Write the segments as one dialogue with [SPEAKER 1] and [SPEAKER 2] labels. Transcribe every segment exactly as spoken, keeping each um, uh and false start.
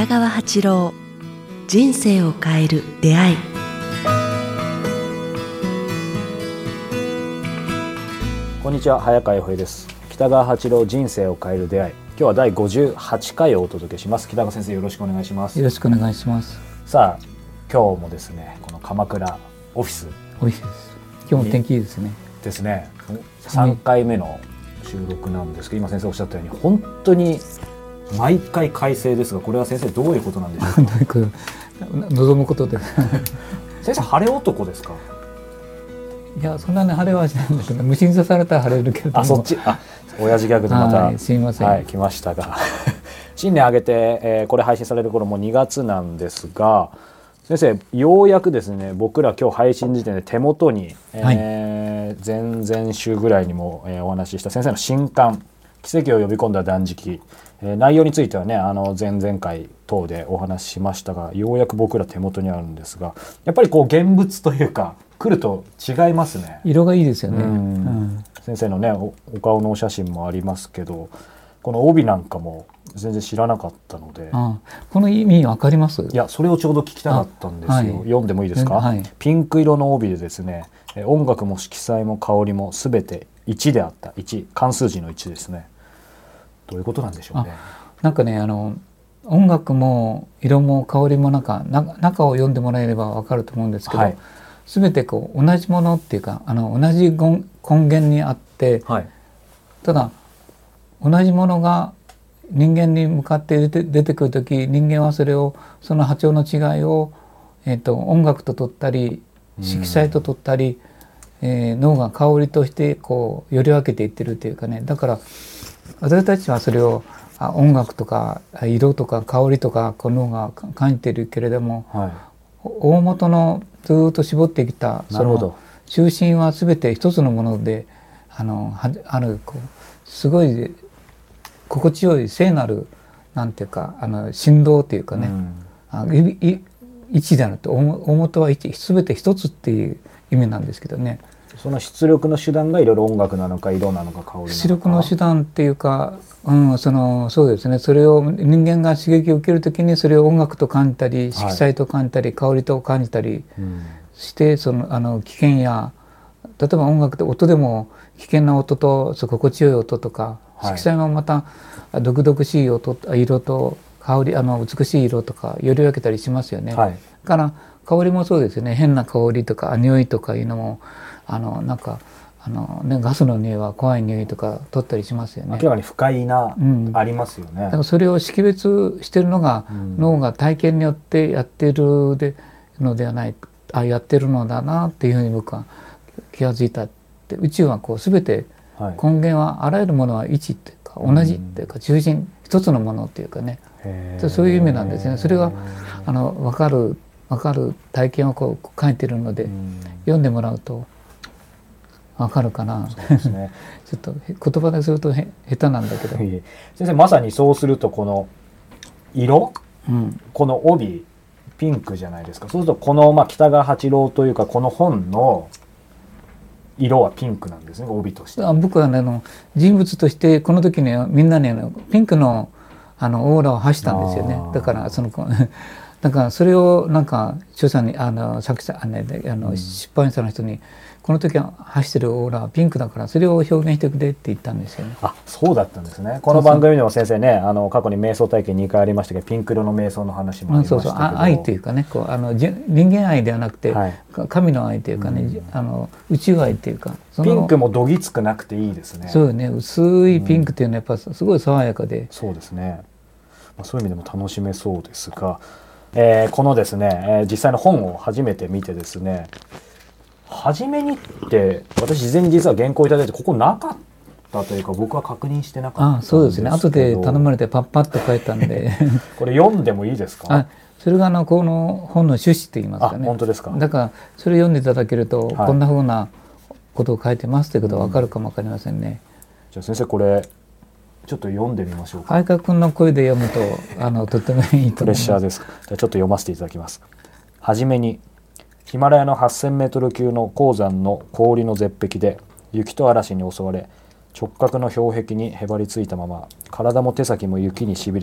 [SPEAKER 1] 北川八郎、人生を変える出会い。
[SPEAKER 2] こんにちは、早川洋平です。北川八郎、人生を変える出会い。今日はだいごじゅうはちかいをお届けします。北川先生、よろしくお願いします。
[SPEAKER 3] よろしくお願いします。
[SPEAKER 2] さあ、今日もですね、この鎌倉オフィス
[SPEAKER 3] オフィスです。今日も天気いいですね。
[SPEAKER 2] ですね。さんかいめの収録なんですけど、今先生おっしゃったように本当に毎回快晴ですが、これは先生どういうことなんでしょうか。
[SPEAKER 3] 望むことで
[SPEAKER 2] 先生、晴れ男ですか。
[SPEAKER 3] いや、そんなに晴れはしないんだけど、無心さされたら晴れるけれども。
[SPEAKER 2] あ、そっち、あ、親父ギャグでまた、
[SPEAKER 3] はい、すいません、
[SPEAKER 2] はい、来ましたが新年明けて、えー、これ配信される頃もにがつなんですが、先生、ようやくですね、僕ら今日配信時点で手元に、えーはい、前々週ぐらいにも、えー、お話しした先生の新刊「奇跡を呼び込んだ断食」、えー、内容についてはね、あの前々回等でお話ししましたが、ようやく僕ら手元にあるんですが、やっぱりこう現物というか来ると違いますね。
[SPEAKER 3] 色がいいですよね。うん、
[SPEAKER 2] うん、先生のね お, お顔のお写真もありますけど、この帯なんかも全然知らなかったので。
[SPEAKER 3] ああ、この意味わかります？
[SPEAKER 2] いや、それをちょうど聞きたかったんですよ、はい、読んでもいいですか、はい、ピンク色の帯でですね、音楽も色彩も香りも全ていちであった。いち、漢数字のいちですね。どういうことなんでしょうね。
[SPEAKER 3] なんかね、あの音楽も色も香りもなんか中を読んでもらえればわかると思うんですけど、はい、全てこう同じものっていうか、あの同じ根源にあって、はい、ただ同じものが人間に向かって出て、出てくるとき、人間はそれをその波長の違いを、えー、と音楽と取ったり色彩と取ったり、えー、脳が香りとしてこうより分けていってるというかね。だから私たちはそれをあ音楽とか色とか香りとかこの脳が感じているけれども、はい、大元のずっと絞ってきたその中心は全て一つのもので、あのあるこうすごい心地よい聖なるなんていうか、あの振動っていうかね、うん、あいい一であると、大元は一、全て一つっていう意味なんですけどね。
[SPEAKER 2] その出力の手段がいろいろ音楽なのか色なのか香りなのか。
[SPEAKER 3] 出力の手段っていうか、うん、そのそうですね。それを人間が刺激を受けるときにそれを音楽と感じたり、色彩と感じたり、はい、香りと感じたりして、うん、そのあの危険や、例えば音楽で音でも危険な音とそう心地よい音とか、色彩もまた独々しい音、色と香り、あの美しい色とかより分けたりしますよね。はい、だから香りもそうですよね。変な香りとか匂いとかいうのも、あのなんかあの、ね、ガスの匂いは怖い匂いとか取ったりしますよね。
[SPEAKER 2] 明らかに不快な、うん、ありますよね。
[SPEAKER 3] だからそれを識別してるのが、うん、脳が体験によってやってるでのではない、あやってるのだなっていうふうに僕は気がついたって。宇宙はこう全て根源はあらゆるものは一っていうか同じっていうか中心一つのものっていうかね、そういう意味なんですね。それがあの分かる分かる体験をこう書いてるので、読んでもらうと分かるかな。そうですね、ちょっと言葉でするとへ下手なんだけど
[SPEAKER 2] 先生、まさにそうするとこの色、うん、この帯ピンクじゃないですか。そうするとこの、まあ、北川八郎というかこの本の色はピンクなんですね、帯として。
[SPEAKER 3] 僕は、ね、あの人物としてこの時にみんなにあのピンクのあのオーラを発したんですよね。だからそのだからそれをなんか著者にあの作者あの、ね、あの出版社の人に、この時は発してるオーラはピンクだからそれを表現してくれって言ったんですよね。
[SPEAKER 2] あ、そうだったんですね。この番組でも先生ね、あの過去に瞑想体験にかいありましたけど、ピンク色の瞑想の話もありましたけど、そうそう、
[SPEAKER 3] 愛というかね、こうあの人間愛ではなくて、はい、神の愛というかね、うん、あの宇宙愛というか、
[SPEAKER 2] そのピンクもどぎつくなくていいですね。
[SPEAKER 3] そうよね、薄いピンクというのはやっぱすごい爽やかで、うん、
[SPEAKER 2] そうですね、まあ、そういう意味でも楽しめそうですが、えー、このですね、えー、実際の本を初めて見てですね、初めにって私事前に実は原稿いただいてここなかったというか、僕は確認してなかったんですけど。
[SPEAKER 3] ああ、そうですね、後で頼まれてパッパッと書いたんで
[SPEAKER 2] これ読んでもいいですか。
[SPEAKER 3] あ、それがあのこの本の趣旨といいますかね。
[SPEAKER 2] あ、本当ですか。
[SPEAKER 3] だからそれ読んでいただけると、はい、こんなふうなことを書いてますということが分かるかも分かりませんね。
[SPEAKER 2] うん、じゃあ先生、これちょっと読んでみましょうか。
[SPEAKER 3] 相川君の声で読むとあのとてもいいと思います。
[SPEAKER 2] プレッシャーです。じゃあちょっと読ませていただきます。はじめに、ヒマラヤのはっせんメートル級の高山の氷の絶壁で雪と嵐に襲われ、直角の氷壁にへばりついたまま、体も手先も雪にしびれ、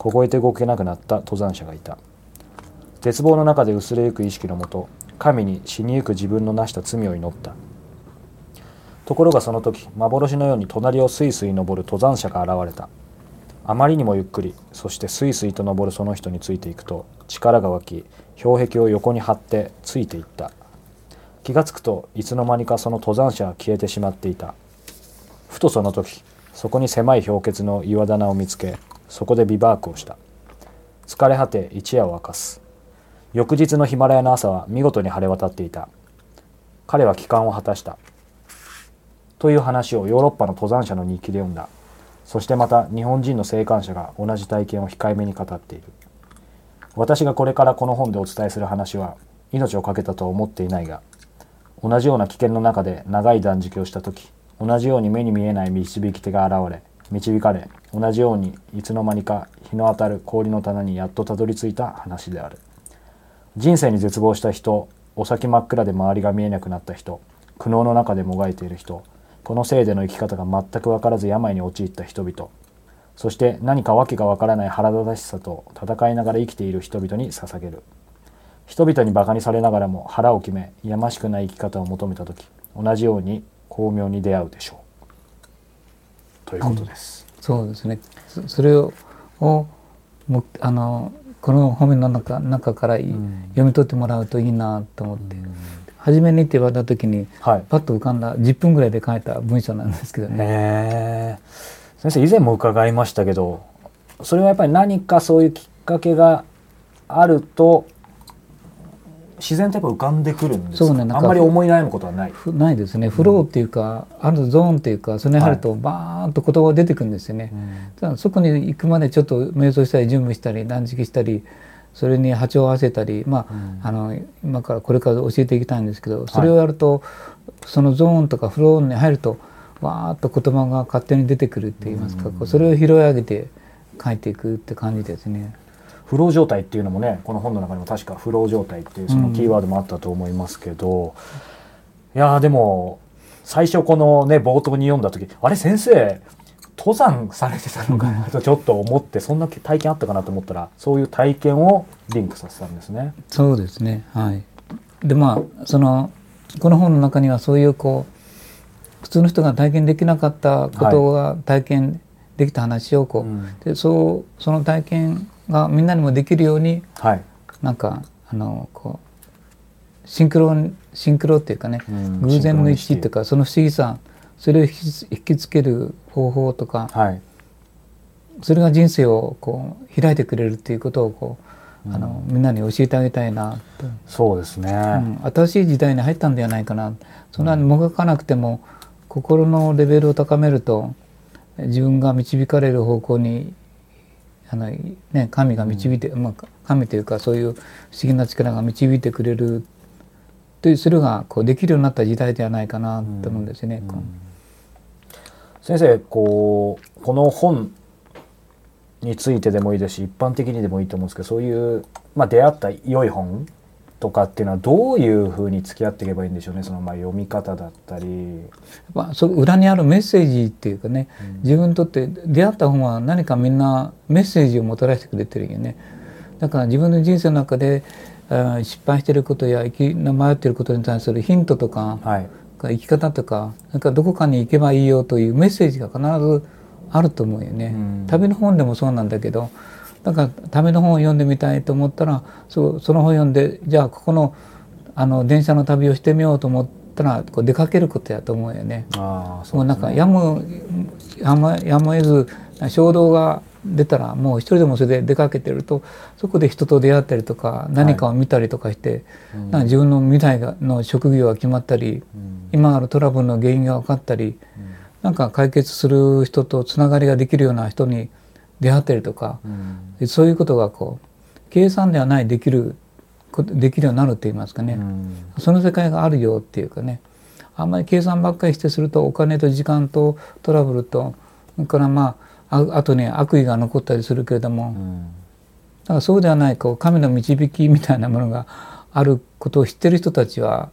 [SPEAKER 2] 凍えて動けなくなった登山者がいた。絶望の中で薄れゆく意識のもと、神に死にゆく自分のなした罪を祈った。ところがその時、幻のように隣をスイスイ登る登山者が現れた。あまりにもゆっくり、そしてスイスイと登るその人についていくと、力が湧き、氷壁を横に張ってついていった。気がつくといつの間にかその登山者は消えてしまっていた。ふとその時、そこに狭い氷結の岩棚を見つけ、そこでビバークをした。疲れ果て一夜を明かす。翌日のヒマラヤの朝は見事に晴れ渡っていた。彼は帰還を果たした。という話をヨーロッパの登山者の日記で読んだ。そしてまた日本人の生還者が同じ体験を控えめに語っている。私がこれからこの本でお伝えする話は命を懸けたとは思っていないが、同じような危険の中で長い断食をしたとき、同じように目に見えない導き手が現れ、導かれ、同じようにいつの間にか日の当たる氷の棚にやっとたどり着いた話である。人生に絶望した人、お先真っ暗で周りが見えなくなった人、苦悩の中でもがいている人、このせいでの生き方が全く分からず病に陥った人々、そして何か訳が分からない腹立たしさと戦いながら生きている人々に捧げる。人々に馬鹿にされながらも腹を決め、やましくない生き方を求めたとき、同じように巧妙に出会うでしょう。ということです。
[SPEAKER 3] うん、そうですね。そ, それををもあのこの本の 中, 中から、うん、読み取ってもらうといいなと思って、うん、初めにって言われた時に、はい、パッと浮かんだじゅっぷんぐらいで書いた文章なんですけどね。
[SPEAKER 2] へー、先生以前も伺いましたけど、それはやっぱり何かそういうきっかけがあると自然とやっぱ浮かんでくるんですか？そうね、なんかあんまり思い悩むことはない
[SPEAKER 3] ないですね。フローっていうか、うん、あるゾーンっていうか、それに入るとバーンと言葉が出てくるんですよね、はい、そこに行くまでちょっと瞑想したり準備したり断食したり、それに波長を合わせたり、まあ、うん、あの今からこれから教えていきたいんですけど、それをやると、はい、そのゾーンとかフローに入るとわーっと言葉が勝手に出てくるって言いますか、うん、それを拾い上げて書いていくって感じですね。
[SPEAKER 2] フロー状態っていうのもね、この本の中にも確かフロー状態っていうそのキーワードもあったと思いますけど、うん、いやでも最初このね冒頭に読んだ時、あれ先生登山されてたのかなとちょっと思って、そんな体験あったかなと思ったら、そういう体験をリンクさせたんですね。
[SPEAKER 3] そうですね、はい。でまあそのこの本の中にはそういうこう普通の人が体験できなかったことが体験できた話をこう、はい、うん、でそうその体験がみんなにもできるように、はい、なんかあのこうシンクロシンクロっていうかね、うん、偶然の一致っていうか、その不思議さ、それを引き、引きつける方法とか、はい、それが人生をこう開いてくれるっていうことをこう、うん、あのみんなに教えてあげたいなと。
[SPEAKER 2] そうですね、うん、
[SPEAKER 3] 新しい時代に入ったんではないかな。そんなにもがかなくても、心のレベルを高めると自分が導かれる方向にあの、ね、神が導いて、うんまあ、神というかそういう不思議な力が導いてくれるという、それがこうできるようになった時代ではないかなと思うんですよね。うんうん、
[SPEAKER 2] 先生こうこの本についてでもいいですし、一般的にでもいいと思うんですけど、そういう、まあ、出会った良い本とかっていうのはどういうふうに付き合っていけばいいんでしょうね。そのまあ読み方だったり、
[SPEAKER 3] まあ、そ裏にあるメッセージっていうかね、うん、自分にとって出会った本は何かみんなメッセージをもたらしてくれてるよね。だから自分の人生の中で失敗していることや生き迷っていることに対するヒントとか、はい、生き方とか、なんかどこかに行けばいいよというメッセージが必ずあると思うよね。うん、旅の本でもそうなんだけど、だから旅の本を読んでみたいと思ったら、そ, その本を読んで、じゃあここ の, あの電車の旅をしてみようと思ったら、こう出かけることやと思うよね。あ、そうですね。もうなんかやむやむやむ得ず衝動が出たら、もう一人でもそれで出かけてると、そこで人と出会ったりとか何かを見たりとかして、はい、なんか自分の未来の職業が決まったり、うん、今あるトラブルの原因が分かったり、うん、なんか解決する人とつながりができるような人に出会ったりとか、うん、そういうことがこう計算ではないできるできるようになるって言いますかね、うん、その世界があるよっていうかね。あんまり計算ばっかりしてすると、お金と時間とトラブルと、それからまあ あ, あとね悪意が残ったりするけれども、うん、だからそうではないこう神の導きみたいなものがあることを知ってる人たちは、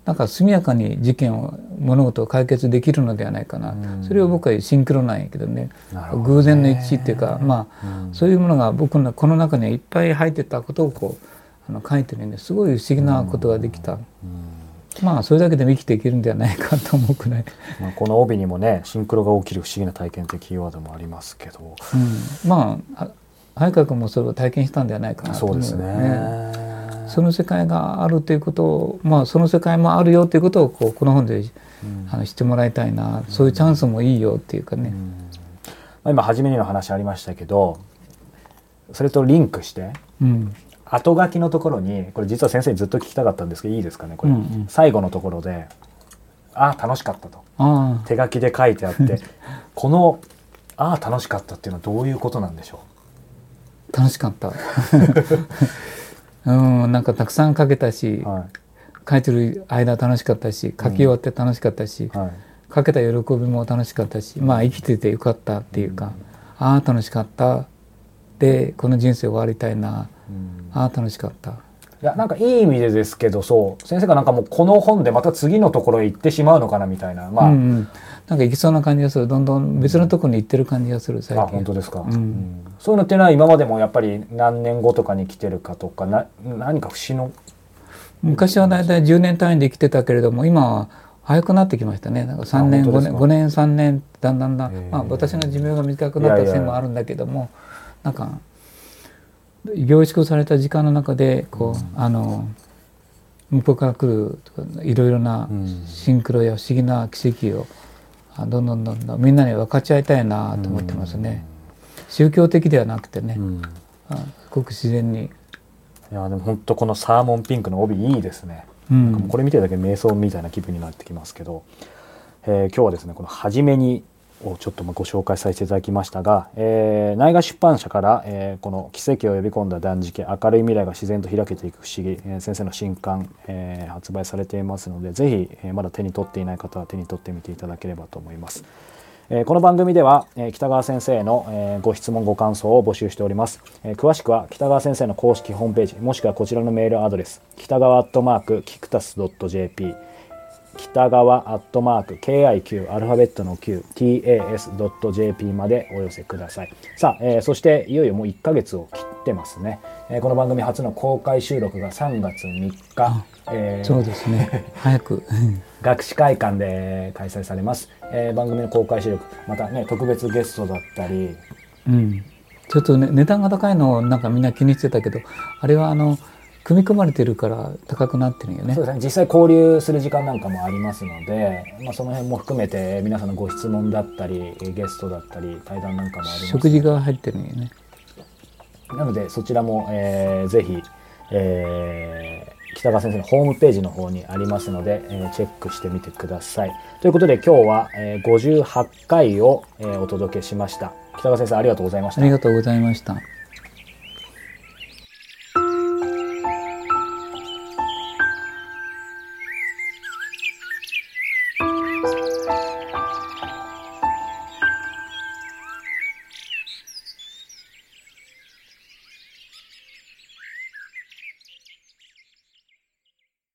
[SPEAKER 3] なんか速やかに事件を物事を解決できるのではないかな、うん、それを僕はシンクロなんやけどね、どね偶然の一致っていうか、まあ、うん、そういうものが僕のこの中にはいっぱい入ってたことをこうあの書いてるんですごい不思議なことができた、うんうん、まあそれだけでも生きていけるんではないかと思うくらい、
[SPEAKER 2] まあ、この帯にもねシンクロが起きる不思議な体験ってキーワードもありますけど、
[SPEAKER 3] うん、まあ早川君もそれを体験したんではないかなと思う、ね、そうですね。その世界があるということを、まあ、その世界もあるよということをこうこの本で、うん、あの知ってもらいたいな、そういうチャンスもいいよっていうかね、
[SPEAKER 2] うん、今初めにの話ありましたけどそれとリンクして、うん、後書きのところにこれ実は先生にずっと聞きたかったんですけどいいですかねこれ、うんうん、最後のところで「ああ楽しかった」と手書きで書いてあってこの「ああ楽しかった」っていうのはどういうことなんでしょ
[SPEAKER 3] う。楽しかったうん、なんかたくさん書けたし、はい、書いてる間楽しかったし書き終わって楽しかったし、うんはい、書けた喜びも楽しかったし、まあ生きててよかったっていうか、うん、ああ楽しかったでこの人生終わりたいな、うん、ああ楽しかった。い
[SPEAKER 2] やなんかいい意味でですけどそう先生がなんかもうこの本でまた次のところへ行ってしまうのかなみたいな、まあうんうん、
[SPEAKER 3] なんか行きそうな感じがする。どんどん別のところに行ってる感じがする最近。
[SPEAKER 2] あ本当ですか、うんうん、そういうのっていうのは今までもやっぱり何年後とかに来てるかとかな何か節の
[SPEAKER 3] 昔はだいたいじゅうねん単位で来てたけれども今は早くなってきましたね。なんかさんねんごねんごねんさんねんだんだんだん、まあ、私の寿命が短くなったせいもあるんだけどもいやいやなんか凝縮された時間の中でこう、うん、あの向こうから来るいろいろなシンクロや不思議な奇跡をどんどんどんどんみんなに分かち合いたいなと思ってますね、うん、宗教的ではなくてね、うん、すごく自然に。
[SPEAKER 2] いやでも本当このサーモンピンクの帯いいですね、うん、なんかもうこれ見てるだけ瞑想みたいな気分になってきますけど、えー、今日はですねこの初めにをちょっとご紹介させていただきましたが、えー、内外出版社から、えー、この奇跡を呼び込んだ断食明るい未来が自然と開けていく不思議、えー、先生の新刊、えー、発売されていますのでぜひ、えー、まだ手に取っていない方は手に取ってみていただければと思います。えー、この番組では、えー、北川先生の、えー、ご質問ご感想を募集しております。えー、詳しくは北川先生の公式ホームページもしくはこちらのメールアドレス北川アットマークキクタス .jp北川アットマーク ケーアイキュー アルファベットの Q ティーエーエス ドット ジェーピー までお寄せください。さあ、えー、そしていよいよもういっかげつを切ってますね。えー、この番組初の公開収録がさんがつみっか、
[SPEAKER 3] えー、そうですね早く
[SPEAKER 2] 学士会館で開催されます。えー、番組の公開収録またね特別ゲストだったり、
[SPEAKER 3] うん、ちょっとね値段が高いのをなんかみんな気にしてたけどあれはあの組み込まれてるから高くなってるよね。
[SPEAKER 2] そうですね。実際交流する時間なんかもありますので、まあ、その辺も含めて皆さんのご質問だったりゲストだったり対談なんかもあります、ね、
[SPEAKER 3] 食事が入ってるんよね。
[SPEAKER 2] なのでそちらも、えー、ぜひ、えー、北川先生のホームページの方にありますので、えー、チェックしてみてください。ということで今日は、えー、ごじゅうはちかいを、えー、お届けしました。北川先生ありがとうございました。
[SPEAKER 3] ありがとうございました。